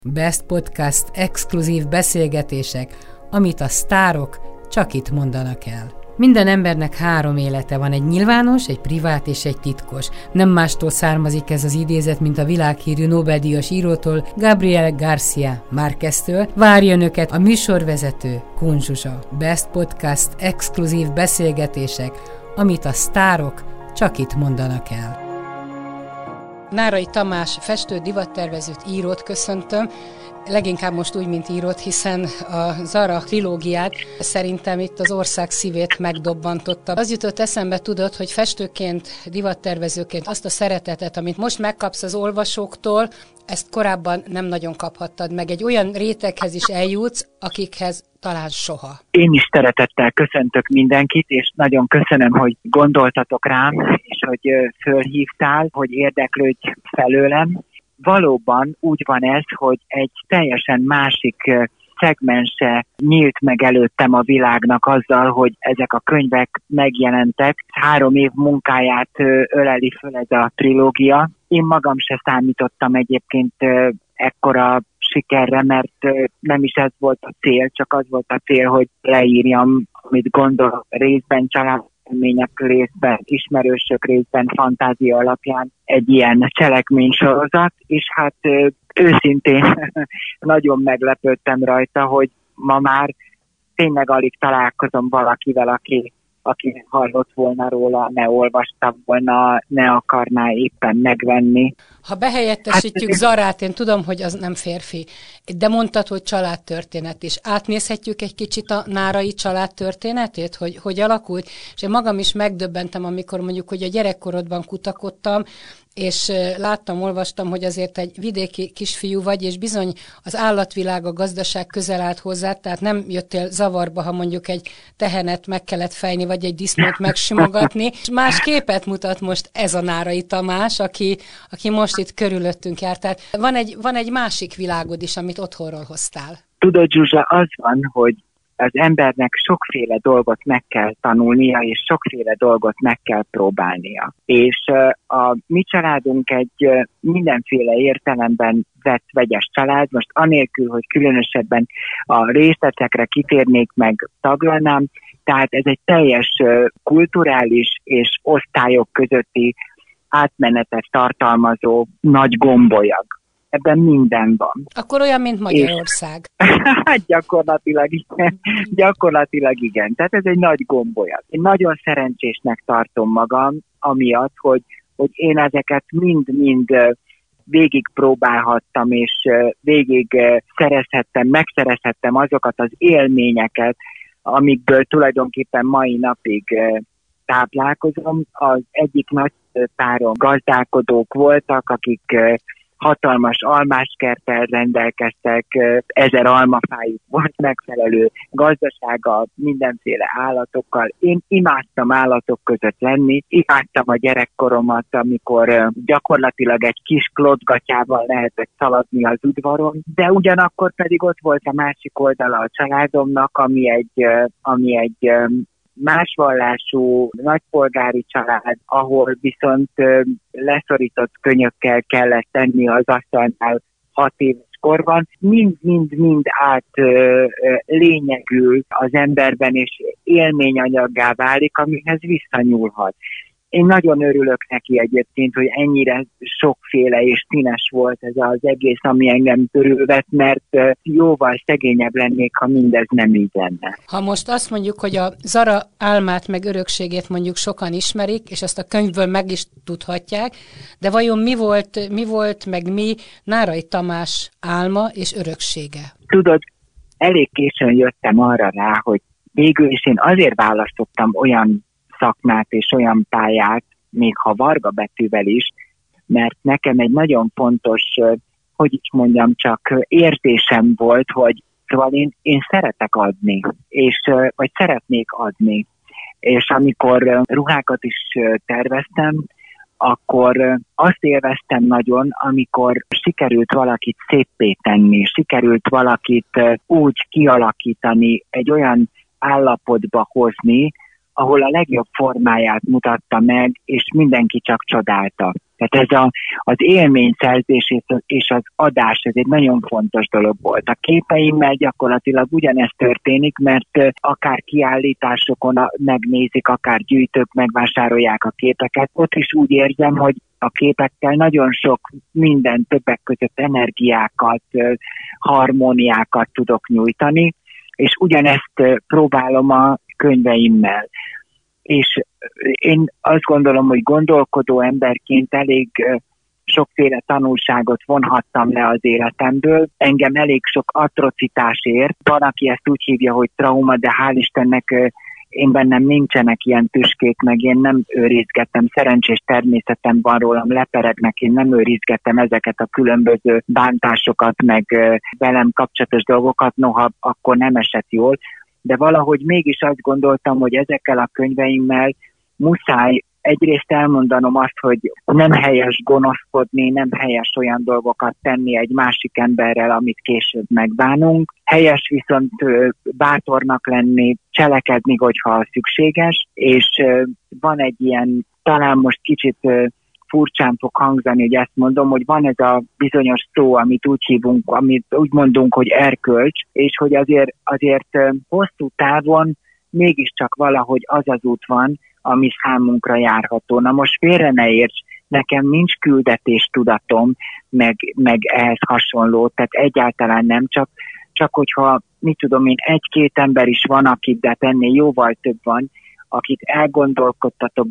Best Podcast exkluzív beszélgetések, amit a sztárok csak itt mondanak el. Minden embernek 3 élete van, egy nyilvános, egy privát és egy titkos. Nem mástól származik ez az idézet, mint a világhírű Nobel-díjas írótól, Gabriel García Márqueztől. Várja önöket a műsorvezető, Kun Zsuzsa. Best Podcast exkluzív beszélgetések, amit a sztárok csak itt mondanak el. Nárai Tamás festő, divattervezőt, írót köszöntöm. Leginkább most úgy, mint írót, hiszen a Zara trilógiát szerintem itt az ország szívét megdobbantotta. Az jutott eszembe, tudod, hogy festőként, divattervezőként azt a szeretetet, amit most megkapsz az olvasóktól, ezt korábban nem nagyon kaphattad meg. Egy olyan réteghez is eljutsz, akikhez talán soha. Én is szeretettel köszöntök mindenkit, és nagyon köszönöm, hogy gondoltatok rám, és hogy fölhívtál, hogy érdeklődj felőlem. Valóban úgy van ez, hogy egy teljesen másik szegmense nyílt meg előttem a világnak azzal, hogy ezek a könyvek megjelentek. 3 év munkáját öleli föl ez a trilógia. Én magam se számítottam egyébként ekkora sikerre, mert nem is ez volt a cél, csak az volt a cél, hogy leírjam, amit gondolok, részben családélmények, részben ismerősök, részben fantázia alapján egy ilyen cselekménysorozat, és hát őszintén nagyon meglepődtem rajta, hogy ma már tényleg alig találkozom valakivel, aki hallott volna róla, ne olvasta volna, ne akarná éppen megvenni. Ha behelyettesítjük Zarát, én tudom, hogy az nem férfi, de mondtad, hogy családtörténet is. Átnézhetjük egy kicsit a Nárai családtörténetét, hogy alakult? És én magam is megdöbbentem, amikor mondjuk, hogy a gyerekkorodban kutakodtam, és láttam, olvastam, hogy azért egy vidéki kisfiú vagy, és bizony az állatvilág, a gazdaság közel állt hozzá, tehát nem jöttél zavarba, ha mondjuk egy tehenet meg kellett fejni, vagy egy disznót megsimogatni. És más képet mutat most ez a Nárai Tamás, aki most itt körülöttünk jár. Tehát van egy másik világod is, amit otthonról hoztál. Tudod, Zsuzsa, az van, hogy az embernek sokféle dolgot meg kell tanulnia, és sokféle dolgot meg kell próbálnia. És a mi családunk egy mindenféle értelemben vett vegyes család, most anélkül, hogy különösebben a részletekre kitérnék, meg taglalnám, tehát ez egy teljes kulturális és osztályok közötti átmenetet tartalmazó nagy gombolyag. Ebben minden van. Akkor olyan, mint Magyarország. Hát gyakorlatilag igen. Tehát ez egy nagy gombolyag. Én nagyon szerencsésnek tartom magam, amiatt, hogy én ezeket mind-mind végig próbálhattam, és végig megszerezhettem azokat az élményeket, amikből tulajdonképpen mai napig táplálkozom. Az egyik nagy párom gazdálkodók voltak, akik hatalmas almáskerttel rendelkeztek, 1000 almafájuk volt, megfelelő gazdasága, mindenféle állatokkal. Én imádtam állatok között lenni, imádtam a gyerekkoromat, amikor gyakorlatilag egy kis klocgatyával lehetett szaladni az udvaron, de ugyanakkor pedig ott volt a másik oldala a családomnak, ami egy más vallású, nagypolgári család, ahol viszont leszorított könyökkel kellett tenni az asztalnál 6 éves korban, mind át lényegül az emberben, és élményanyaggá válik, amihez visszanyúlhat. Én nagyon örülök neki egyébként, hogy ennyire sokféle és színes volt ez az egész, ami engem körülvett, mert jóval szegényebb lennék, ha mindez nem így lenne. Ha most azt mondjuk, hogy a Zara álmát meg örökségét mondjuk sokan ismerik, és azt a könyvből meg is tudhatják, de vajon mi volt meg mi Nárai Tamás álma és öröksége? Tudod, elég későn jöttem arra rá, hogy végül is én azért választottam olyan szakmát és olyan pályát, még ha varga betűvel is, mert nekem egy nagyon fontos, csak érzésem volt, hogy szóval én szeretek adni, vagy szeretnék adni. És amikor ruhákat is terveztem, akkor azt élveztem nagyon, amikor sikerült valakit széppé tenni, sikerült valakit úgy kialakítani, egy olyan állapotba hozni, ahol a legjobb formáját mutatta meg, és mindenki csak csodálta. Tehát az élményszerzés és az adás, ez egy nagyon fontos dolog volt. A képeimmel gyakorlatilag ugyanezt történik, mert akár kiállításokon megnézik, akár gyűjtők megvásárolják a képeket. Ott is úgy érzem, hogy a képekkel nagyon sok minden, többek között energiákat, harmóniákat tudok nyújtani, és ugyanezt próbálom a könyveimmel. És én azt gondolom, hogy gondolkodó emberként elég sokféle tanulságot vonhattam le az életemből. Engem elég sok atrocitás ért. Van, aki ezt úgy hívja, hogy trauma, de hál' Istennek én bennem nincsenek ilyen tüskék, meg én nem őrizgetem, szerencsés természetem van rólam, leperegnek, én nem őrizgetem ezeket a különböző bántásokat, meg velem kapcsolatos dolgokat, noha akkor nem esett jól, de valahogy mégis azt gondoltam, hogy ezekkel a könyveimmel muszáj egyrészt elmondanom azt, hogy nem helyes gonoszkodni, nem helyes olyan dolgokat tenni egy másik emberrel, amit később megbánunk. Helyes viszont bátornak lenni, cselekedni, hogyha szükséges, és van egy ilyen, talán most kicsit furcsán fog hangzani, hogy ezt mondom, hogy van ez a bizonyos szó, amit úgy hívunk, amit úgy mondunk, hogy erkölcs, és hogy azért hosszú távon mégiscsak valahogy az az út van, ami számunkra járható. Na most félre ne érts, nekem nincs küldetéstudatom, meg ehhez hasonló, tehát egyáltalán nem, csak hogyha, mit tudom én, egy-két ember is van, akit, de ennél jóval több van, akit elgondolkodtatok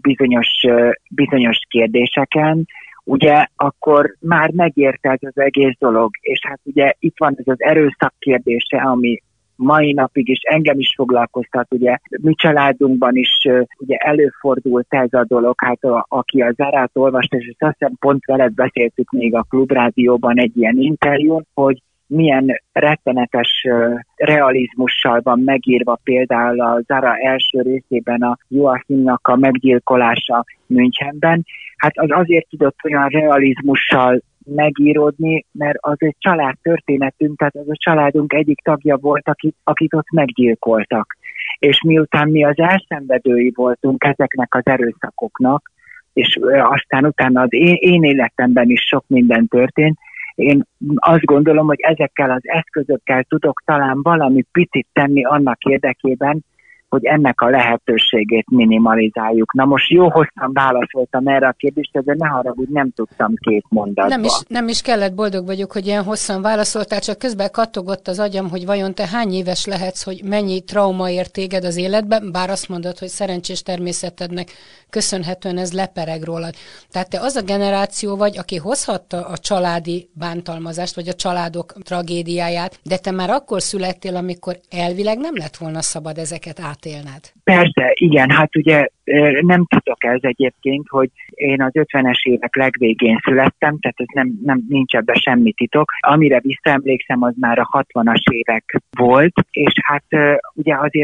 bizonyos kérdéseken, ugye akkor már megérte ez az egész dolog. És hát ugye itt van ez az erőszak kérdése, ami mai napig is engem is foglalkoztat, ugye mi családunkban is ugye előfordult ez a dolog, hát aki a Zárát olvasta, és azt hiszem pont veled beszéltük még a Klubrádióban egy ilyen interjún, hogy milyen rettenetes realizmussal van megírva például a Zara első részében a Joachimnak a meggyilkolása Münchenben. Hát az azért tudott olyan realizmussal megíródni, mert az egy családtörténetünk, tehát az a családunk egyik tagja volt, akit ott meggyilkoltak. És miután mi az elszenvedői voltunk ezeknek az erőszakoknak, és aztán utána az én életemben is sok minden történt, én azt gondolom, hogy ezekkel az eszközökkel tudok talán valami picit tenni annak érdekében, hogy ennek a lehetőségét minimalizáljuk. Na most jó hosszan válaszoltam erre a kérdésre, de ne haragudj, nem tudtam két mondatba. Nem is kellett, boldog vagyok, hogy ilyen hosszan válaszoltál, csak közben kattogott az agyam, hogy vajon te hány éves lehetsz, hogy mennyi trauma ért téged az életben, bár azt mondod, hogy szerencsés természetednek köszönhetően ez lepereg rólad. Tehát te az a generáció vagy, aki hozhatta a családi bántalmazást, vagy a családok tragédiáját, de te már akkor születtél, amikor elvileg nem lett volna szabad ezeket átélned. Persze, igen, hát ugye nem tudok ez egyébként, hogy én az 50-es évek legvégén születtem, tehát ez nincs ebben semmi titok. Amire visszaemlékszem, az már a 60-as évek volt, és hát ugye azért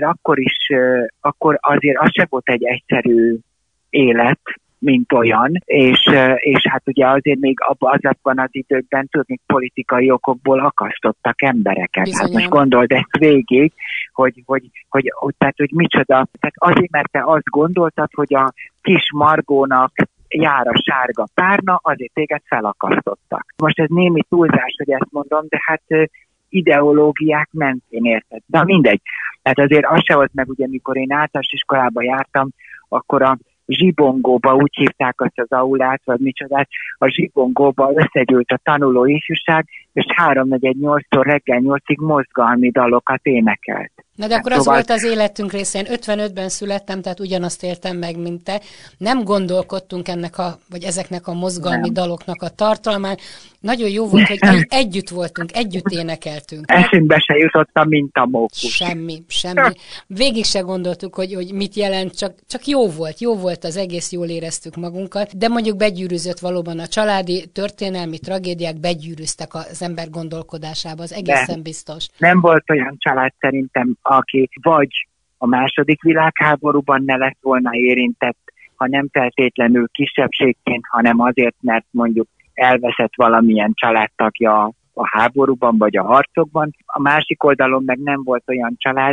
akkor azért az se volt egy egyszerű élet, mint olyan, és hát ugye azért még azokban az időkben tudni politikai okokból akasztottak embereket. Bizonyán. Hát most gondold ezt végig, hogy micsoda, tehát azért, mert te azt gondoltad, hogy a kis Margónak jár a sárga párna, azért téged felakasztottak. Most ez némi túlzás, hogy ezt mondom, de hát ideológiák mentén, érted. De mindegy. Tehát azért az se volt meg, ugye mikor én általános iskolába jártam, akkor a zsibongóba, úgy hívták azt az aulát, vagy micsodát, a zsibongóba összegyűlt a tanuló ifjúság, és 3-4-8-tól reggel 8-ig mozgalmi dalokat énekelt. Na de akkor az volt az életünk része. Én 55-ben születtem, tehát ugyanazt éltem meg, mint te. Nem gondolkodtunk vagy ezeknek a mozgalmi daloknak a tartalmán. Nagyon jó volt, hogy együtt voltunk, együtt énekeltünk. Eszünkbe se jutottam, mint a mókus. Semmi. Végig se gondoltuk, hogy mit jelent, csak jó volt az egész, jól éreztük magunkat, de mondjuk begyűrűzött valóban a családi, történelmi tragédiák begyűrűztek az ember gondolkodásába, az egészen biztos. Nem volt olyan család szerintem, aki vagy a II. Világháborúban ne lett volna érintett, ha nem feltétlenül kisebbségként, hanem azért, mert mondjuk elveszett valamilyen családtagja a háborúban vagy a harcokban. A másik oldalon meg nem volt olyan család,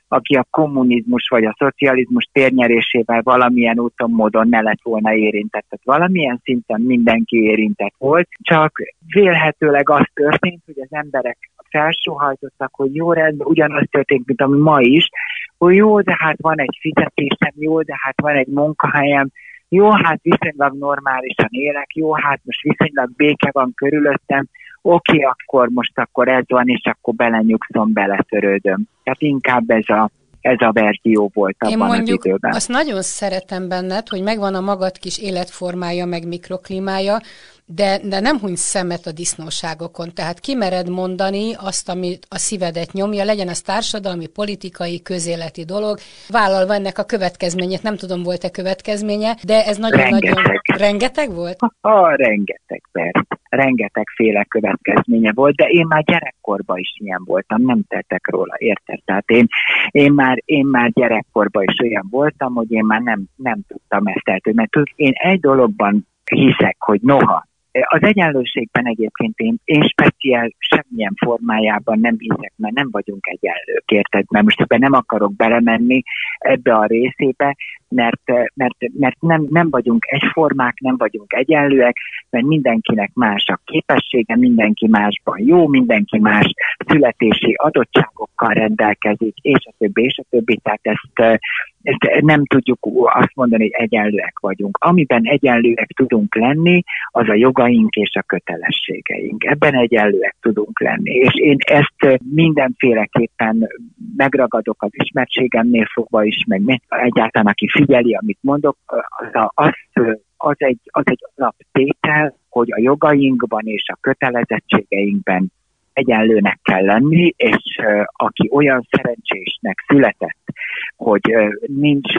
aki a kommunizmus vagy a szocializmus térnyerésével valamilyen úton, módon ne lett volna érintett. Tehát valamilyen szinten mindenki érintett volt, csak vélhetőleg az történt, hogy az emberek felsóhajtottak, hogy jó, rendben, ugyanaz történt, mint ami ma is, hogy jó, de hát van egy fizetésem, jó, de hát van egy munkahelyem, jó, hát viszonylag normálisan élek, jó, hát most viszonylag béke van körülöttem, oké, akkor ez van, és akkor belenyugszom, beletörődöm. Tehát inkább ez a verzió volt abban az időben. Én azt nagyon szeretem benned, hogy megvan a magad kis életformája, meg mikroklímája, de nem hunysz szemet a disznóságokon. Tehát kimered mondani azt, amit a szívedet nyomja, legyen az társadalmi, politikai, közéleti dolog. Vállalva ennek a következményét, nem tudom, volt-e következménye, de ez nagyon-nagyon... Rengeteg volt? Rengeteg, persze. Rengetegféle következménye volt, de én már gyerekkorban is ilyen voltam, nem tettek róla, érted? Tehát én már gyerekkorban is olyan voltam, hogy én már nem tudtam ezt eltűnni. Mert én egy dologban hiszek, hogy noha, az egyenlőségben egyébként én speciál semmilyen formájában nem hiszek, mert nem vagyunk egyenlők, érted? Mert most ebben nem akarok belemenni ebbe a részébe, mert nem vagyunk egyformák, nem vagyunk egyenlőek, mert mindenkinek más a képessége, mindenki másban jó, mindenki más születési adottságokkal rendelkezik, és a többi, tehát ezt nem tudjuk azt mondani, hogy egyenlőek vagyunk. Amiben egyenlőek tudunk lenni, az a jogaink és a kötelességeink. Ebben egyenlőek tudunk lenni. És én ezt mindenféleképpen megragadok az ismertségemnél fogva is, meg egyáltalán aki figyeli, amit mondok, az egy alaptétel, hogy a jogainkban és a kötelezettségeinkben egyenlőnek kell lenni, és aki olyan szerencsésnek született, hogy nincs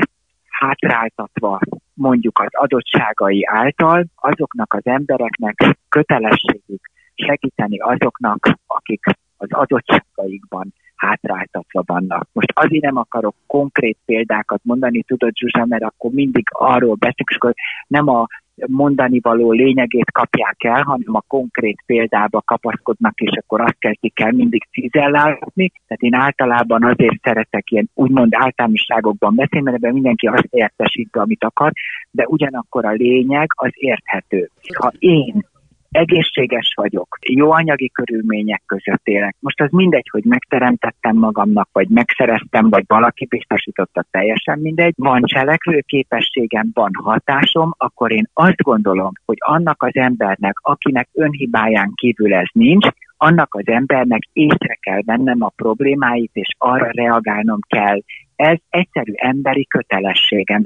hátráltatva mondjuk az adottságai által, azoknak az embereknek kötelességük segíteni azoknak, akik az adottságaikban hátráltatva vannak. Most azért nem akarok konkrét példákat mondani, tudod, Zsuzsa, mert akkor mindig arról beszélünk, hogy nem a mondani való lényegét kapják el, hanem a konkrét példába kapaszkodnak, és akkor azt kezdik el mindig cizellálni. Tehát én általában azért szeretek ilyen úgymond általánosságokban beszélni, mert ebben mindenki azt értesít, amit akar, de ugyanakkor a lényeg az érthető. Ha én egészséges vagyok, jó anyagi körülmények között élek. Most az mindegy, hogy megteremtettem magamnak, vagy megszereztem, vagy valaki biztosította, teljesen mindegy. Van cselekvő képességem, van hatásom, akkor én azt gondolom, hogy annak az embernek, akinek önhibáján kívül ez nincs, annak az embernek észre kell vennem a problémáit, és arra reagálnom kell. Ez egyszerű emberi kötelességem.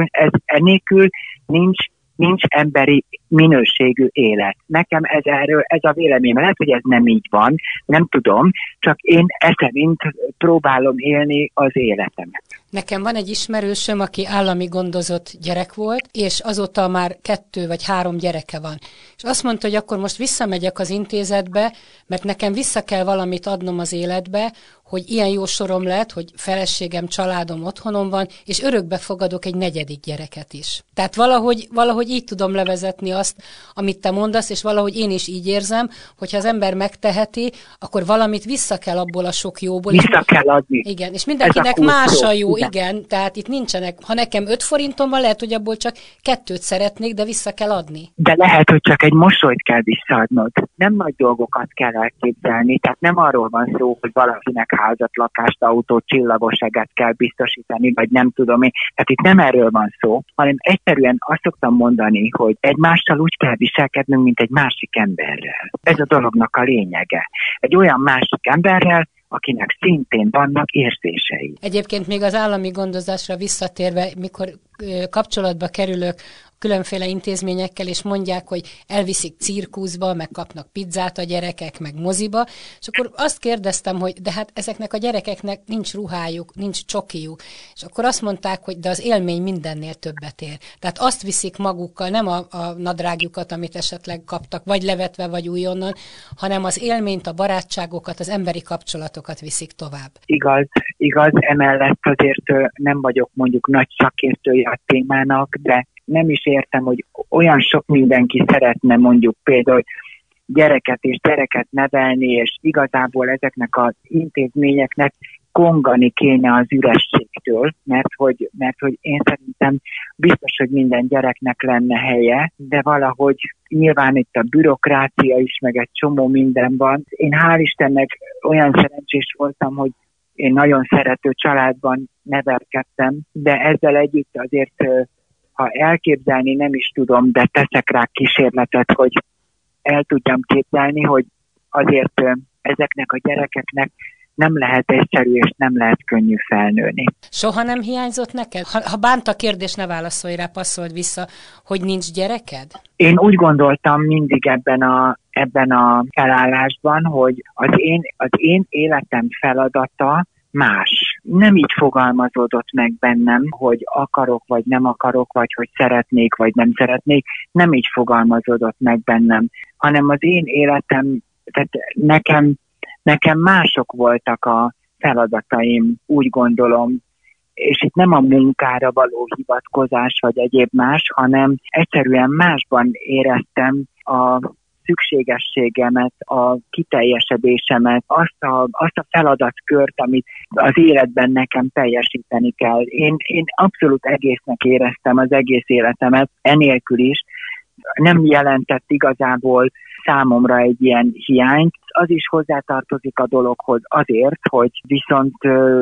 Enélkül nincs emberi minőségű élet. Nekem ez a véleményem. Lehet, hogy ez nem így van, nem tudom, csak én ezt szerint próbálom élni az életemet. Nekem van egy ismerősöm, aki állami gondozott gyerek volt, és azóta már 2 vagy 3 gyereke van. És azt mondta, hogy akkor most visszamegyek az intézetbe, mert nekem vissza kell valamit adnom az életbe, hogy ilyen jó sorom lett, hogy feleségem, családom, otthonom van, és örökbe fogadok egy 4. gyereket is. Tehát valahogy így tudom levezetni azt, amit te mondasz, és valahogy én is így érzem, hogyha az ember megteheti, akkor valamit vissza kell abból a sok jóból. Vissza kell adni. Igen, és mindenkinek más a jó, igen, tehát itt nincsenek, ha nekem 5 forintom van, lehet, hogy abból csak 2 szeretnék, de vissza kell adni. De lehet, hogy csak egy mosolyt kell visszaadnod. Nem nagy dolgokat kell elképzelni, tehát nem arról van szó, hogy valakinek házat, lakást, autót, csillagoseget kell biztosítani, vagy nem tudom én. Tehát itt nem erről van szó, hanem egyszerűen azt szoktam mondani, hogy egymással úgy kell viselkednünk, mint egy másik emberrel. Ez a dolognak a lényege. Egy olyan másik emberrel, akinek szintén vannak érzései. Egyébként még az állami gondozásra visszatérve, mikor kapcsolatba kerülök különféle intézményekkel, és mondják, hogy elviszik cirkuszba, meg kapnak pizzát a gyerekek, meg moziba, és akkor azt kérdeztem, hogy de hát ezeknek a gyerekeknek nincs ruhájuk, nincs csokijuk, és akkor azt mondták, hogy de az élmény mindennél többet ér. Tehát azt viszik magukkal, nem a nadrágjukat, amit esetleg kaptak, vagy levetve, vagy újonnan, hanem az élményt, a barátságokat, az emberi kapcsolatokat viszik tovább. Igaz, emellett azért nem vagyok mondjuk nagy szakértője a témának, de nem is értem, hogy olyan sok mindenki szeretne mondjuk például gyereket nevelni, és igazából ezeknek az intézményeknek kongani kéne az ürességtől, mert hogy én szerintem biztos, hogy minden gyereknek lenne helye, de valahogy nyilván itt a bürokrácia is, meg egy csomó minden van. Én hál' Istennek olyan szerencsés voltam, hogy én nagyon szerető családban nevelkedtem, de ezzel együtt azért, ha elképzelni nem is tudom, de teszek rá kísérletet, hogy el tudjam képzelni, hogy azért ezeknek a gyerekeknek nem lehet egyszerű és nem lehet könnyű felnőni. Soha nem hiányzott neked? Ha bánt a kérdés, ne válaszolj rá, passzold vissza, hogy nincs gyereked? Én úgy gondoltam mindig ebben a felállásban, hogy az én életem feladata más. Nem így fogalmazódott meg bennem, hogy akarok, vagy nem akarok, vagy hogy szeretnék, vagy nem szeretnék. Nem így fogalmazódott meg bennem, hanem az én életem, tehát nekem mások voltak a feladataim, úgy gondolom, és itt nem a munkára való hivatkozás, vagy egyéb más, hanem egyszerűen másban éreztem a szükségességemet, a kiteljesedésemet, azt a feladatkört, amit az életben nekem teljesíteni kell. Én abszolút egésznek éreztem az egész életemet, enélkül is. Nem jelentett igazából számomra egy ilyen hiányt. Az is hozzátartozik a dologhoz azért, hogy viszont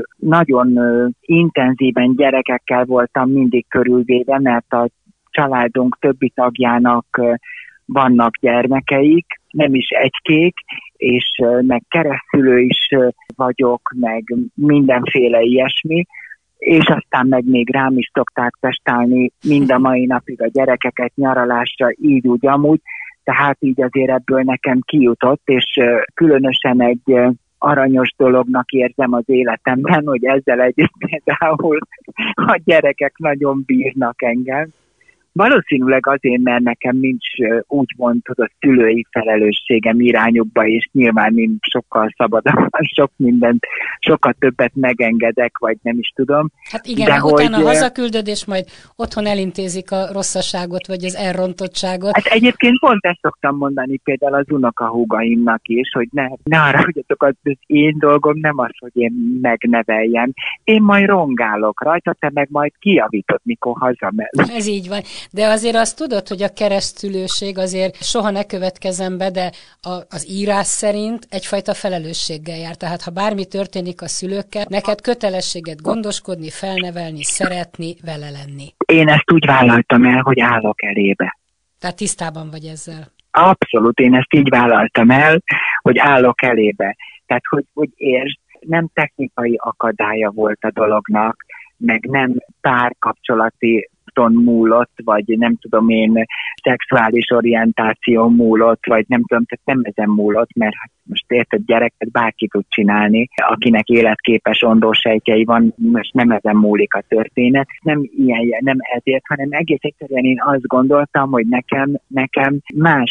nagyon intenzíven gyerekekkel voltam mindig körülvéve, mert a családunk többi tagjának vannak gyermekeik, nem is egykék, és meg keresztülő is vagyok, meg mindenféle ilyesmi, és aztán meg még rám is szokták testálni mind a mai napig a gyerekeket nyaralásra, így úgy amúgy, tehát így azért ebből nekem kijutott, és különösen egy aranyos dolognak érzem az életemben, hogy ezzel együtt például a gyerekek nagyon bírnak engem. Valószínűleg azért, mert nekem nincs úgymond szülői felelősségem irányukba, és nyilván én sokkal szabadabban, sok mindent, sokkal többet megengedek, vagy nem is tudom. Hát igen, de utána hazaküldöd, és majd otthon elintézik a rosszaságot, vagy az elrontottságot. Hát egyébként pont ezt szoktam mondani például az unokahúgaimnak is, hogy ne arra, hogy az én dolgom nem az, hogy én megneveljem. Én majd rongálok rajta, te meg majd kijavítod, mikor hazamegy. Ez így van. De azért azt tudod, hogy a keresztülőség azért soha ne következzen be, de az írás szerint egyfajta felelősséggel jár. Tehát ha bármi történik a szülőkkel, neked kötelességed gondoskodni, felnevelni, szeretni, vele lenni. Én ezt úgy vállaltam el, hogy állok elébe. Tehát tisztában vagy ezzel? Abszolút, én ezt így vállaltam el, hogy állok elébe. Tehát, hogy értsd, nem technikai akadálya volt a dolognak, meg nem párkapcsolati múlott, vagy nem tudom én, szexuális orientáció múlott, vagy nem tudom, tehát nem ezen múlott, mert hát most érted, gyereket bárki tud csinálni, akinek életképes ondósejtjei van, most nem ezen múlik a történet. Nem ilyen, nem ezért, hanem egész egyszerűen én azt gondoltam, hogy nekem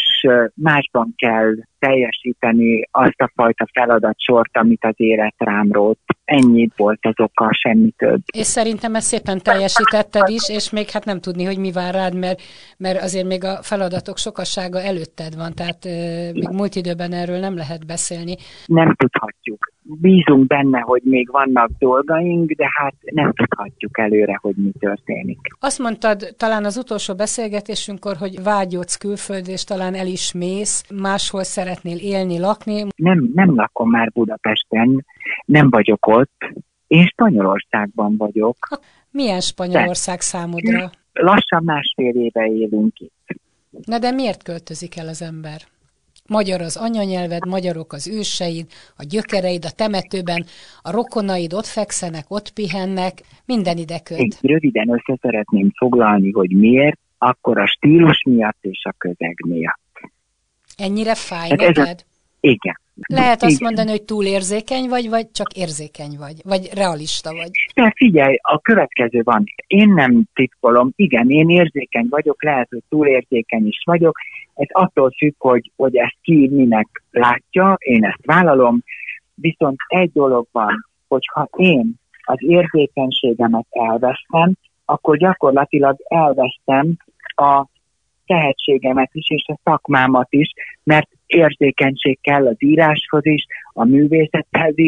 másban kell teljesíteni azt a fajta feladatsort, amit az élet rám rótt. Ennyit volt az oka, semmi több. És szerintem ezt szépen teljesítetted is, és még hát nem tudni, hogy mi vár rád, mert azért még a feladatok sokassága előtted van, tehát még múlt időben erről nem lehet beszélni. Nem tudhatjuk. Bízunk benne, hogy még vannak dolgaink, de hát nem tudhatjuk előre, hogy mi történik. Azt mondtad talán az utolsó beszélgetésünkkor, hogy vágyódsz külföldre, és talán el is mész, máshol szeretnél élni, lakni. Nem lakom már Budapesten, nem vagyok ott. Én Spanyolországban vagyok. Milyen Spanyolország számodra? Lassan 1,5 éve élünk itt. Na de miért költözik el az ember? Magyar az anyanyelved, magyarok az őseid, a gyökereid, a temetőben, a rokonaid ott fekszenek, ott pihennek, minden ide köt. Én röviden össze szeretném foglalni, hogy miért, akkor a stílus miatt és a közeg miatt. Ennyire fáj neked? Igen. Lehet azt mondani, hogy túlérzékeny vagy csak érzékeny vagy realista vagy? De figyelj, a következő van. Én nem titkolom, igen, én érzékeny vagyok, lehet, hogy túlérzékeny is vagyok. Ez attól függ, hogy ezt ki minek látja, én ezt vállalom. Viszont egy dolog van, hogyha én az érzékenységemet elvesztem, akkor gyakorlatilag elvesztem a tehetségemet is, és a szakmámat is, mert érzékenység kell az íráshoz is, a művészethez is,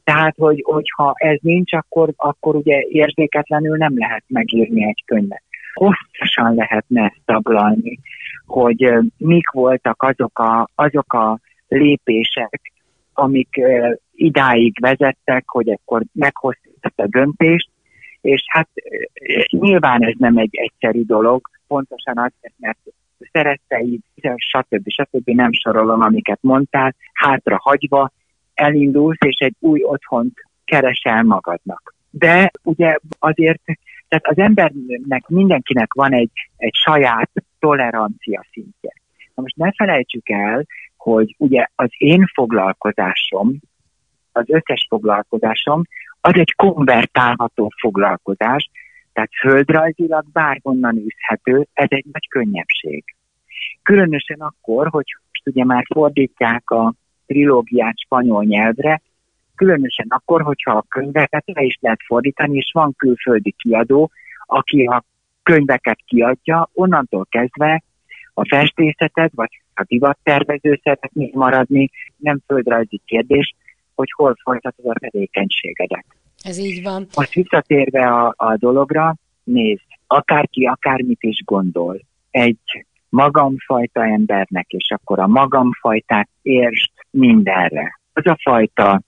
Tehát, hogyha ez nincs, akkor ugye érzéketlenül nem lehet megírni egy könyvet. Hosszasan lehetne ezt taglalni, hogy mik voltak azok a lépések, amik idáig vezettek, hogy akkor meghozták a döntést, és hát nyilván ez nem egy egyszerű dolog, pontosan azért, mert szeretteid, stb. Nem sorolom, amiket mondtál, hátra hagyva elindulsz, és egy új otthont keresel magadnak. De ugye azért, tehát az embernek, mindenkinek van egy saját tolerancia szintje. Na most ne felejtsük el, hogy ugye az én foglalkozásom, az összes foglalkozásom, az egy konvertálható foglalkozás, tehát földrajzilag bárhonnan űzhető, ez egy nagy könnyebbség. Különösen akkor, hogy most ugye már fordítják a trilógiát spanyol nyelvre, különösen akkor, hogyha a könyveket le is lehet fordítani, és van külföldi kiadó, aki a könyveket kiadja, onnantól kezdve a festészeted, vagy a divattervező szeretné maradni, nem földrajzi kérdés, hogy hol folytatod a tevékenységedet. Ez így van. Most visszatérve a dologra, nézd, akárki akármit is gondol, egy magamfajta embernek, és akkor a magamfajtát értsd mindenre. Az a fajta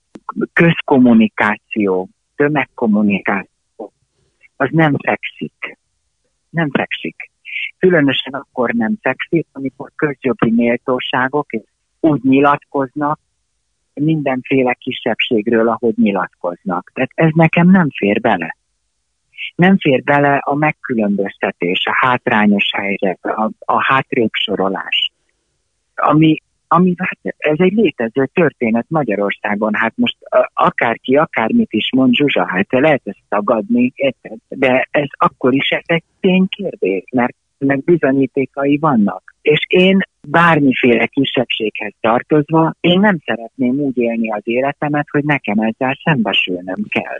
közkommunikáció, tömegkommunikáció, az nem fekszik. Nem fekszik. Különösen akkor nem fekszik, amikor közjogi méltóságok úgy nyilatkoznak mindenféle kisebbségről, ahogy nyilatkoznak. Tehát ez nekem nem fér bele. Nem fér bele a megkülönböztetés, a hátrányos helyzet, a hátrébb sorolás. Ami hát ez egy létező történet Magyarországon. Hát most akárki, akármit is mond Zsuzsa, hát lehet ezt tagadni, érted? De ez akkor is egy ténykérdés, mert bizonyítékai vannak. És én bármiféle kisebbséghez tartozva, én nem szeretném úgy élni az életemet, hogy nekem ezzel szembesülnöm kell.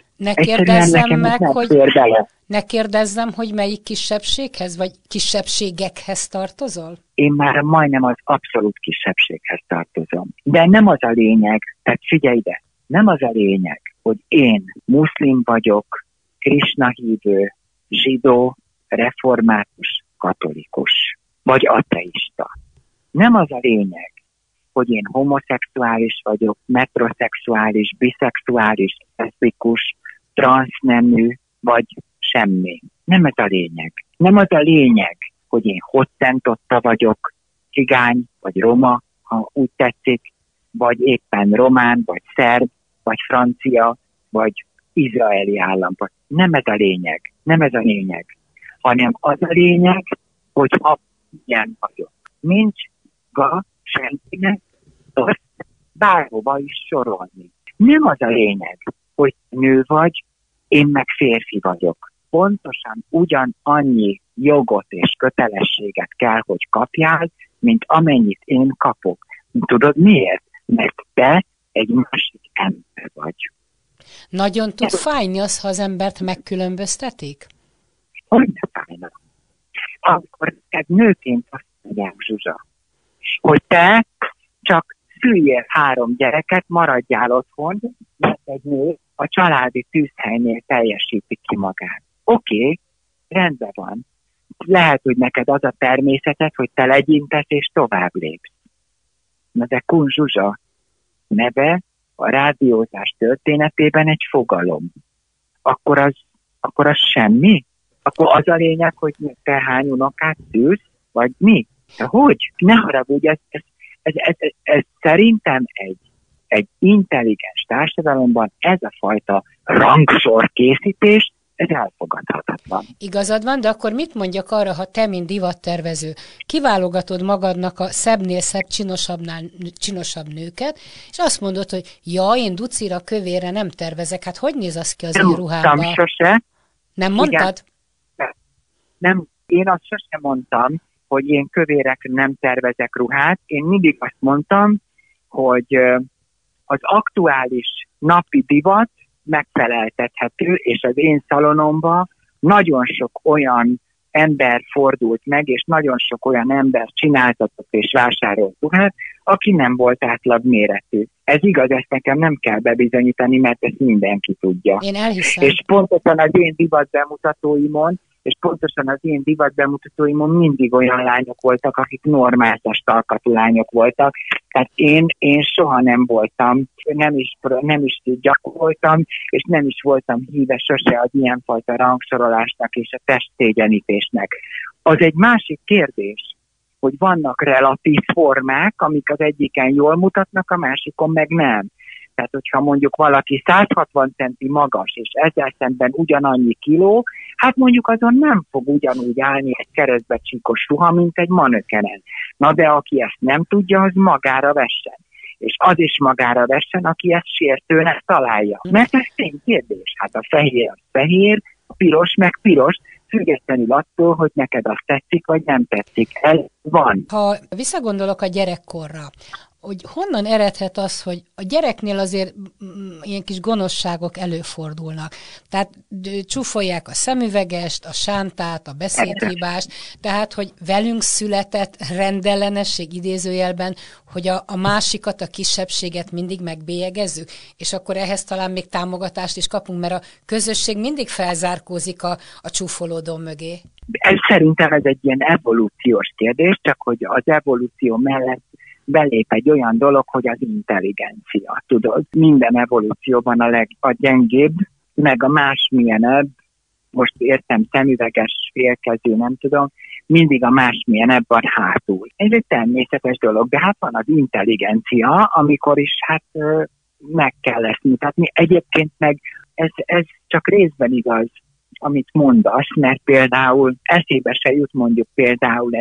Ne kérdezzem, hogy melyik kisebbséghez, vagy kisebbségekhez tartozol? Én már majdnem az abszolút kisebbséghez tartozom. De nem az a lényeg, tehát figyelj ide, nem az a lényeg, hogy én muszlim vagyok, Krisna hívő, zsidó, református, katolikus, vagy ateista. Nem az a lényeg, hogy én homoszexuális vagyok, metroszexuális, biszexuális, leszbikus, transznemű, vagy semmi. Nem ez a lényeg. Nem az a lényeg, hogy én hottentotta vagyok, cigány, vagy roma, ha úgy tetszik, vagy éppen román, vagy szerb, vagy francia, vagy izraeli állampolgár. Nem ez a lényeg. Nem ez a lényeg. Hanem az a lényeg, hogy ha ilyen vagyok. Nincs senkinek azt bárhova is sorolni. Nem az a lényeg, hogy nő vagy, én meg férfi vagyok. Pontosan ugyanannyi jogot és kötelességet kell, hogy kapjál, mint amennyit én kapok. Tudod miért? Mert te egy másik ember vagy. Nagyon tud fájni az, ha az embert megkülönböztetik? Hogy ne fájna? Akkor egy nőként azt mondják, Zsuzsa, hogy te csak szüljél 3 gyereket, maradjál otthon, mert egy nő a családi tűzhelynél teljesíti ki magát. Oké, rendben van. Lehet, hogy neked az a természeted, hogy te legyintesz és tovább lépsz. Na de Kun Zsuzsa neve a rádiózás történetében egy fogalom. Akkor az semmi? Akkor az a lényeg, hogy te hány unokát szülsz, vagy mi? De hogy? Ne haragudj, ez szerintem egy intelligens társadalomban ez a fajta rangsorkészítés, ez elfogadhatatlan. Igazad van, de akkor mit mondjak arra, ha te, mint divattervező, kiválogatod magadnak a szebbnél szebb, csinosabb nőket, és azt mondod, hogy ja, én ducira, kövére nem tervezek, hát hogy néz az ki az én ruhámban? Nem sose. Nem mondtad? Igen. Nem, én azt sosem mondtam, hogy én kövérekre nem tervezek ruhát. Én mindig azt mondtam, hogy az aktuális napi divat megfeleltethető, és az én szalonomban nagyon sok olyan ember fordult meg, és nagyon sok olyan ember csináltatott és vásárolt ruhát, aki nem volt átlag méretű. Ez igaz, ezt nekem nem kell bebizonyítani, mert ezt mindenki tudja. Én elhiszem. És pontosan az én divatbemutatóimon mindig olyan lányok voltak, akik normál testalkatú lányok voltak. Tehát én soha nem voltam, nem is gyakoroltam, és nem is voltam híve sose az ilyenfajta rangsorolásnak és a testszégyenítésnek. Az egy másik kérdés, hogy vannak relatív formák, amik az egyiken jól mutatnak, a másikon meg nem. Tehát, hogyha mondjuk valaki 160 centi magas, és ezzel szemben ugyanannyi kiló, hát mondjuk azon nem fog ugyanúgy állni egy keresztbecsíkos ruha, mint egy manökenen. Na de aki ezt nem tudja, az magára vessen. És az is magára vessen, aki ezt sértőnek találja. Mert ez ténykérdés. Hát a fehér az fehér, a piros meg piros, függetlenül attól, hogy neked azt tetszik, vagy nem tetszik. Ez van. Ha visszagondolok a gyerekkorra, hogy honnan eredhet az, hogy a gyereknél azért ilyen kis gonoszságok előfordulnak. Tehát csúfolják a szemüvegest, a sántát, a beszédhibást, tehát, hogy velünk született rendellenesség idézőjelben, hogy a másikat, a kisebbséget mindig megbélyegezzük, és akkor ehhez talán még támogatást is kapunk, mert a közösség mindig felzárkózik a csúfolódó mögé. Szerintem ez egy ilyen evolúciós kérdés, csak hogy az evolúció mellett belép egy olyan dolog, hogy az intelligencia, tudod. Minden evolúcióban a gyengébb, meg a másmilyenebb, most értem szemüveges, félkezű, nem tudom, mindig a másmilyenebb van hátul. Ez egy természetes dolog, de hát van az intelligencia, amikor is hát meg kell ezt mutatni. Egyébként meg ez csak részben igaz, amit mondasz, mert például eszébe se jut mondjuk például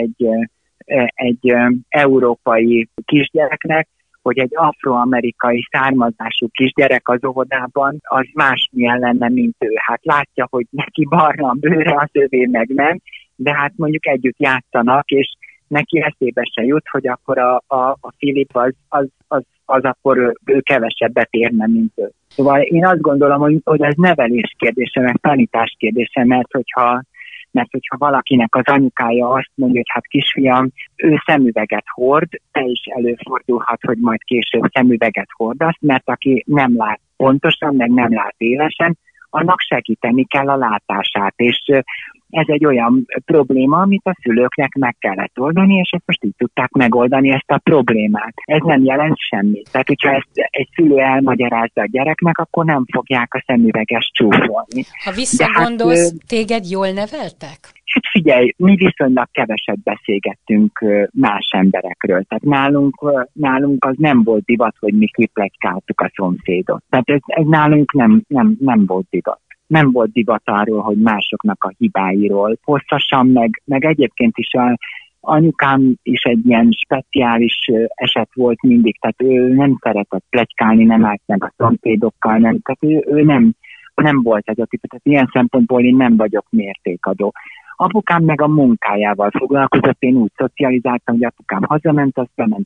egy európai kisgyereknek, hogy egy afroamerikai származású kisgyerek az óvodában az másmilyen lenne, mint ő. Hát látja, hogy neki barna a bőre, az övé meg nem, de hát mondjuk együtt játszanak, és neki eszébe se jut, hogy akkor a Filip az akkor ő kevesebbet érne, mint ő. Szóval én azt gondolom, hogy ez nevelés kérdése, meg tanítás kérdése, mert hogyha valakinek az anyukája azt mondja, hogy hát kisfiam, ő szemüveget hord, te is előfordulhat, hogy majd később szemüveget hordasz, mert aki nem lát pontosan, meg nem lát élesen, annak segíteni kell a látását, és ez egy olyan probléma, amit a szülőknek meg kellett oldani, és ezt most így tudták megoldani ezt a problémát. Ez nem jelent semmit. Tehát, hogyha ezt egy szülő elmagyarázza a gyereknek, akkor nem fogják a szemüveges csúfolni. Ha visszagondolsz, téged jól neveltek? Hát figyelj, mi viszonylag keveset beszélgettünk más emberekről. Tehát nálunk az nem volt divat, hogy mi kipletykáltuk a szomszédot. Tehát ez nálunk nem volt divat. Nem volt divat arról, hogy másoknak a hibáiról. Hosszasan, meg egyébként is anyukám is egy ilyen speciális eset volt mindig, tehát ő nem szeretett pletykálni, nem állt meg a szomszédokkal, tehát ő nem volt ez a típus. Tehát ilyen szempontból én nem vagyok mértékadó. Apukám meg a munkájával foglalkozott, én úgy szocializáltam, hogy apukám hazament, azt bement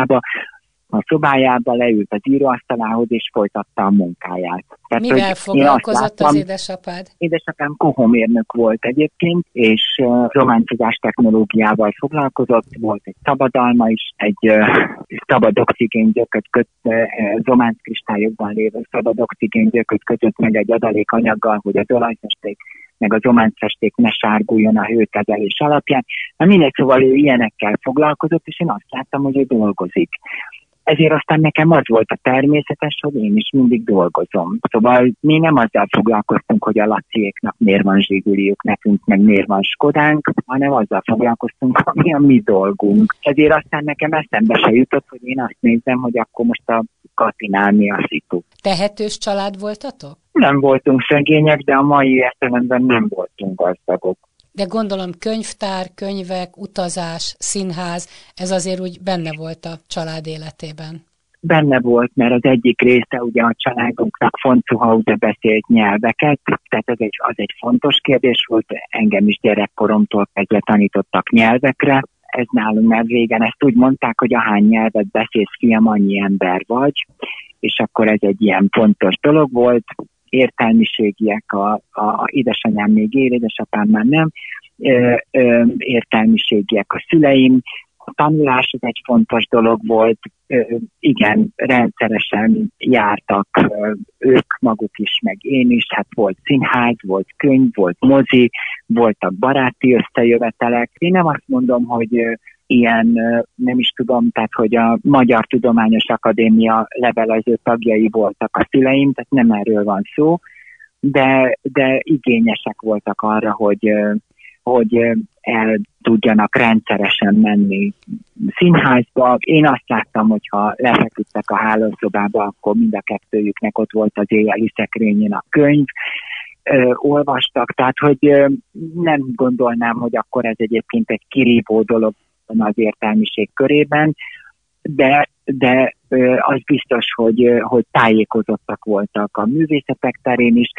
a szobájába, leült az íróasztalához, és folytatta a munkáját. Tehát, mivel foglalkozott az édesapád? Édesapám kohomérnök volt egyébként, és románcozás technológiával foglalkozott, volt egy szabadalma is, egy szabad oxigéngyököt románc kristályokban lévő szabad oxigéngyököt kötött meg egy adalékanyaggal, hogy az olajfesték meg az románcfesték ne sárguljon a hőkezelés alapján. Na mindegy, szóval ő ilyenekkel foglalkozott, és én azt láttam, hogy ő dolgozik. Ezért aztán nekem az volt a természetes, hogy én is mindig dolgozom. Szóval mi nem azzal foglalkoztunk, hogy a Laciéknak miért van zsiguliuk, nekünk meg miért van Skodánk, hanem azzal foglalkoztunk, ami a mi dolgunk. Ezért aztán nekem eszembe se jutott, hogy én azt nézem, hogy akkor most a Katinál mi a szitu. Tehetős család voltatok? Nem voltunk szegények, de a mai értelemben nem voltunk gazdagok. De gondolom könyvtár, könyvek, utazás, színház, ez azért úgy benne volt a család életében. Benne volt, mert az egyik része ugye a családunknak Foncuhaude beszélt nyelveket, tehát az egy fontos kérdés volt, engem is gyerekkoromtól kezdve tanítottak nyelvekre. Ez nálunk már régen, ezt úgy mondták, hogy ahány nyelvet beszélsz, fiam, annyi ember vagy, és akkor ez egy ilyen fontos dolog volt. Értelmiségiek, a édesanyám még él, édesapám már nem, értelmiségiek a szüleim. A tanulás az egy fontos dolog volt, igen, rendszeresen jártak ők maguk is, meg én is, hát volt színház, volt könyv, volt mozi, voltak baráti összejövetelek. Én nem azt mondom, hogy ilyen, nem is tudom, tehát hogy a Magyar Tudományos Akadémia levelező tagjai voltak a szüleim, tehát nem erről van szó, de igényesek voltak arra, hogy el tudjanak rendszeresen menni színházba. Én azt láttam, hogyha lefeküdtek a hálószobába, akkor mind a kettőjüknek ott volt az éjjeli szekrényén a könyv, olvastak, tehát hogy nem gondolnám, hogy akkor ez egyébként egy kirívó dolog az értelmiség körében, de az biztos, hogy tájékozottak voltak a művészetek terén is,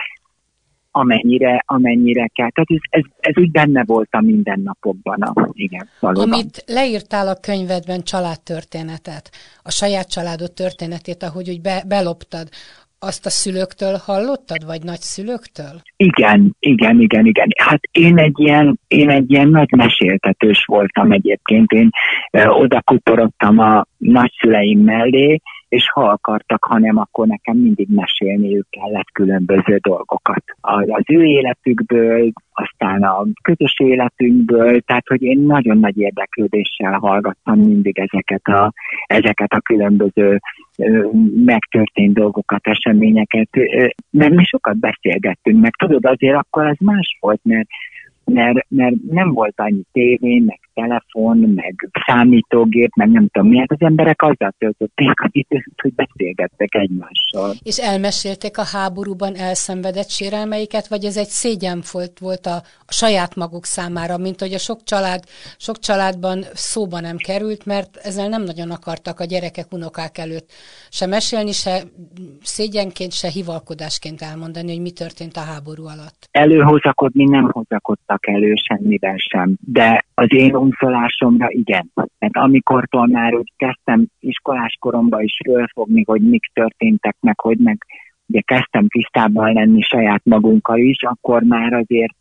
amennyire kell. Tehát ez úgy benne volt a mindennapokban. Igen, valóban. Amit leírtál a könyvedben, családtörténetet, a saját családod történetét, ahogy úgy beloptad, azt a szülőktől hallottad, vagy nagyszülőktől? Igen. Hát én egy ilyen nagy meséltetős voltam egyébként. Én oda kuporodtam a nagyszüleim mellé, és ha akartak, hanem akkor nekem mindig mesélniük kellett különböző dolgokat. Az ő életükből, aztán a közös életünkből, tehát hogy én nagyon nagy érdeklődéssel hallgattam mindig ezeket a különböző megtörtént dolgokat, eseményeket, mert mi sokat beszélgettünk, meg tudod, azért akkor az más volt, mert nem volt annyi tévé, meg telefon, meg számítógép, meg nem tudom miért, az emberek azzal töltötték az időt, hogy beszélgettek egymással. És elmesélték a háborúban elszenvedett sérelmeiket, vagy ez egy szégyen volt a saját maguk számára, mint hogy a sok családban szóba nem került, mert ezzel nem nagyon akartak a gyerekek, unokák előtt se mesélni, se szégyenként, se hivalkodásként elmondani, hogy mi történt a háború alatt. Előhozakodni nem hozakodtak elő semmivel sem, de az én unszolásomra igen. Mert amikortól már úgy kezdtem iskolás koromban is fölfogni, hogy mik történtek meg ugye kezdtem tisztában lenni saját magunkkal is, akkor már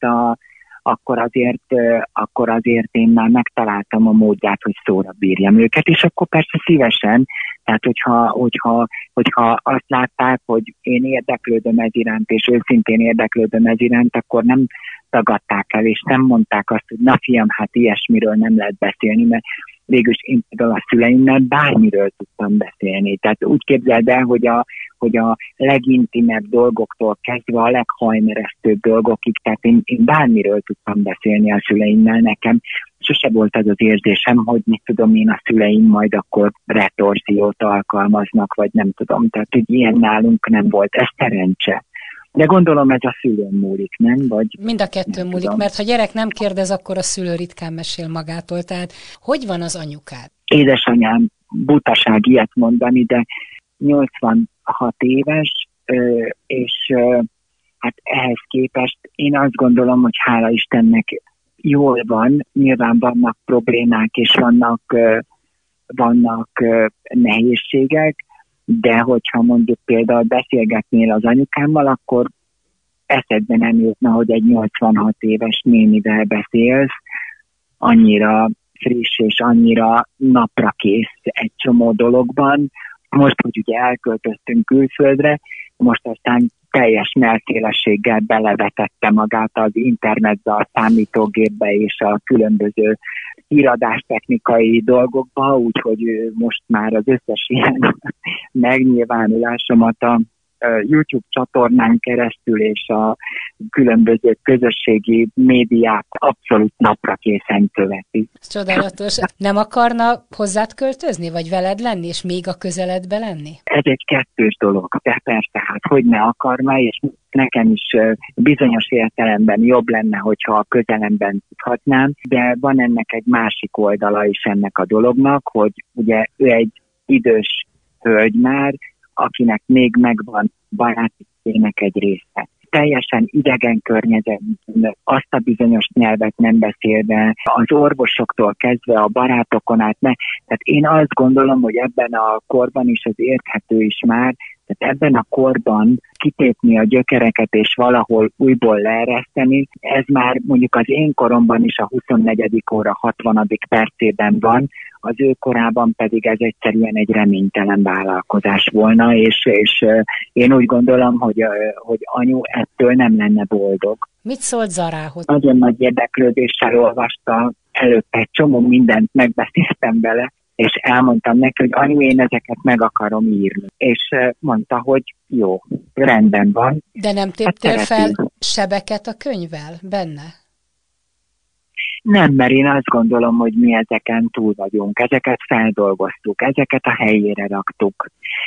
akkor azért én már megtaláltam a módját, hogy szóra bírjam őket, és akkor persze szívesen, tehát hogyha azt látták, hogy én érdeklődöm ez iránt, és őszintén érdeklődöm ez iránt, akkor nem tagadták el, és nem mondták azt, hogy na fiam, hát ilyesmiről nem lehet beszélni, mert végülis én például a szüleimmel bármiről tudtam beszélni. Tehát úgy képzeld el, hogy a legintimebb dolgoktól kezdve a leghajmeresztőbb dolgokig, tehát én bármiről tudtam beszélni a szüleimmel, nekem sose volt az az érzésem, hogy mit tudom én, a szüleim majd akkor retorziót alkalmaznak, vagy nem tudom. Tehát, hogy ilyen nálunk nem volt. Ez szerencse. De gondolom ez a szülőn múlik, nem? Vagy mind a kettőn múlik, tudom. Mert ha gyerek nem kérdez, akkor a szülő ritkán mesél magától. Tehát hogy van az anyukád? Édesanyám, butaság ilyet mondani, de 86 éves, és hát ehhez képest én azt gondolom, hogy hála Istennek jól van, nyilván vannak problémák, és vannak nehézségek, de hogyha mondjuk például beszélgetnél az anyukámmal, akkor eszedbe nem jutna, hogy egy 86 éves nénivel beszélsz, annyira friss és annyira napra kész egy csomó dologban. Most, hogy ugye elköltöztünk külföldre, most aztán teljes melszélességgel belevetette magát az internetbe, a számítógépbe és a különböző híradástechnikai dolgokba, úgyhogy most már az összes ilyen megnyilvánulásomat a YouTube csatornán keresztül és a különböző közösségi médiák abszolút napra készen követi. Csodálatos. Nem akarna hozzád költözni, vagy veled lenni, és még a közeledbe lenni? Ez egy kettős dolog. De persze, hát hogy ne akarna, és nekem is bizonyos értelemben jobb lenne, hogyha a közelemben tudhatnám, de van ennek egy másik oldala is ennek a dolognak, hogy ugye ő egy idős hölgy már, akinek még megvan barátikének egy része. Teljesen idegen környezetben, azt a bizonyos nyelvet nem beszélve, az orvosoktól kezdve a barátokon át. Tehát én azt gondolom, hogy ebben a korban is az érthető is már, Tehát ebben a korban kitépni a gyökereket és valahol újból leereszteni, ez már mondjuk az én koromban is a 24. óra 60. percében van, az ő korában pedig ez egyszerűen egy reménytelen vállalkozás volna, és én úgy gondolom, hogy anyu ettől nem lenne boldog. Mit szólt Zarához? Nagyon nagy érdeklődéssel olvasta, előtte egy csomó mindent megbeszéltem vele, és elmondtam neki, hogy anyu, én ezeket meg akarom írni. És mondta, hogy jó, rendben van. De nem téptél fel sebeket a könyvvel benne? Nem, mert én azt gondolom, hogy mi ezeken túl vagyunk. Ezeket feldolgoztuk, ezeket a helyére raktuk.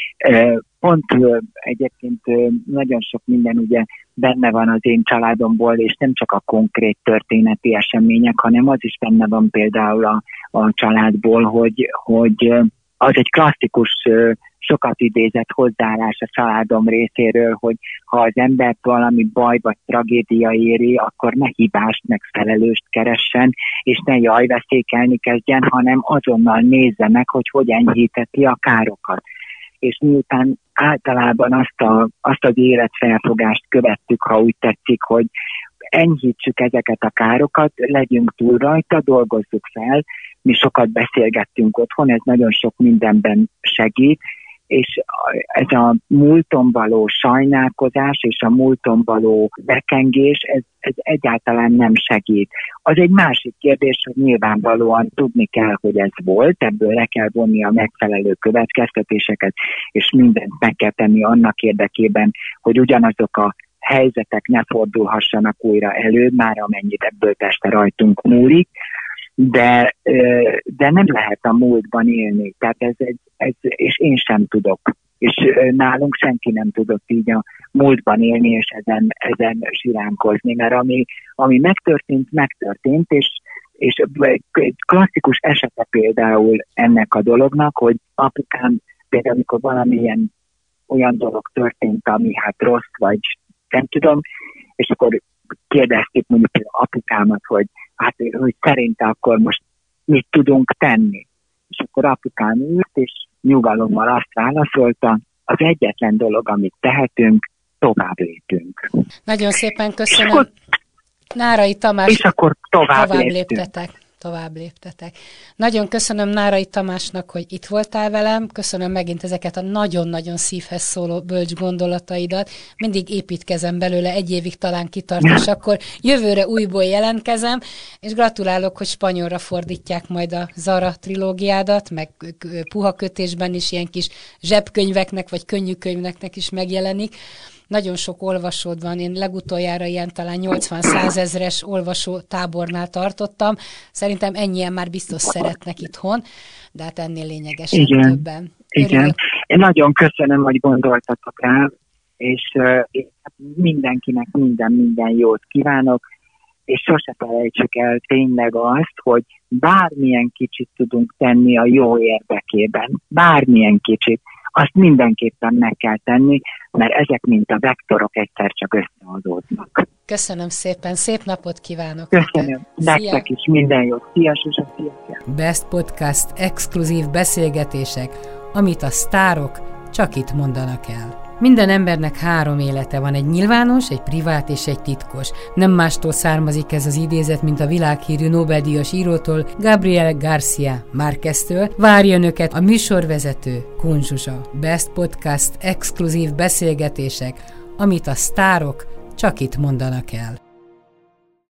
Pont egyébként nagyon sok minden ugye benne van az én családomból, és nem csak a konkrét történeti események, hanem az is benne van például a családból, hogy az egy klasszikus, sokat idézett hozzáállás a családom részéről, hogy ha az embert valami baj vagy tragédia éri, akkor ne hibást, meg felelőst keressen, és ne jajveszékelni kezdjen, hanem azonnal nézze meg, hogy enyhítheti a károkat. És miután általában azt az életfelfogást követtük, ha úgy tetszik, hogy enyhítsük ezeket a károkat, legyünk túl rajta, dolgozzuk fel. Mi sokat beszélgettünk otthon, ez nagyon sok mindenben segít, és ez a múlton való sajnálkozás és a múlton való bekengés, ez egyáltalán nem segít. Az egy másik kérdés, hogy nyilvánvalóan tudni kell, hogy ez volt, ebből le kell vonni a megfelelő következtetéseket, és mindent meg kell tenni annak érdekében, hogy ugyanazok a helyzetek ne fordulhassanak újra elő, már amennyit ebből persze rajtunk múlik, de nem lehet a múltban élni. Tehát ez és én sem tudok. És nálunk senki nem tudott így a múltban élni, és ezen siránkozni, mert ami megtörtént, és egy klasszikus esete például ennek a dolognak, hogy apukám például, amikor valamilyen olyan dolog történt, ami hát rossz, vagy nem tudom, és akkor kérdezték mondjuk apukámat, hogy hogy szerinte akkor most mit tudunk tenni. És akkor apukám ült, és nyugalommal azt válaszolta, az egyetlen dolog, amit tehetünk, tovább lépünk. Nagyon szépen köszönöm. Nárai Tamás, és akkor tovább léptetek. Nagyon köszönöm Nárai Tamásnak, hogy itt voltál velem, köszönöm megint ezeket a nagyon-nagyon szívhez szóló bölcs gondolataidat. Mindig építkezem belőle, egy évig talán kitart, és akkor jövőre újból jelentkezem, és gratulálok, hogy spanyolra fordítják majd a Zara trilógiádat, meg puha kötésben is ilyen kis zsebkönyveknek, vagy könnyű könyveknek is megjelenik. Nagyon sok olvasód van, én legutoljára ilyen talán 80-100 ezres olvasó tábornál tartottam. Szerintem ennyien már biztos szeretnek itthon, de hát ennél lényegesen többen. Igen. Én nagyon köszönöm, hogy gondoltatok rá, és mindenkinek minden jót kívánok, és sose felejtsük el tényleg azt, hogy bármilyen kicsit tudunk tenni a jó érdekében, bármilyen kicsit, azt mindenképpen meg kell tenni, mert ezek, mint a vektorok, egyszer csak összehozódnak. Köszönöm szépen, szép napot kívánok! Köszönöm, nektek is minden jót! Szia, Zsuzsa, szia! Best Podcast exkluzív beszélgetések, amit a sztárok csak itt mondanak el. Minden embernek 3 élete van, egy nyilvános, egy privát és egy titkos. Nem mástól származik ez az idézet, mint a világhírű Nobel-díjas írótól, Gabriel García Márqueztől. Várja önöket a műsorvezető, Kun Zsuzsa. Best Podcast exkluzív beszélgetések, amit a sztárok csak itt mondanak el.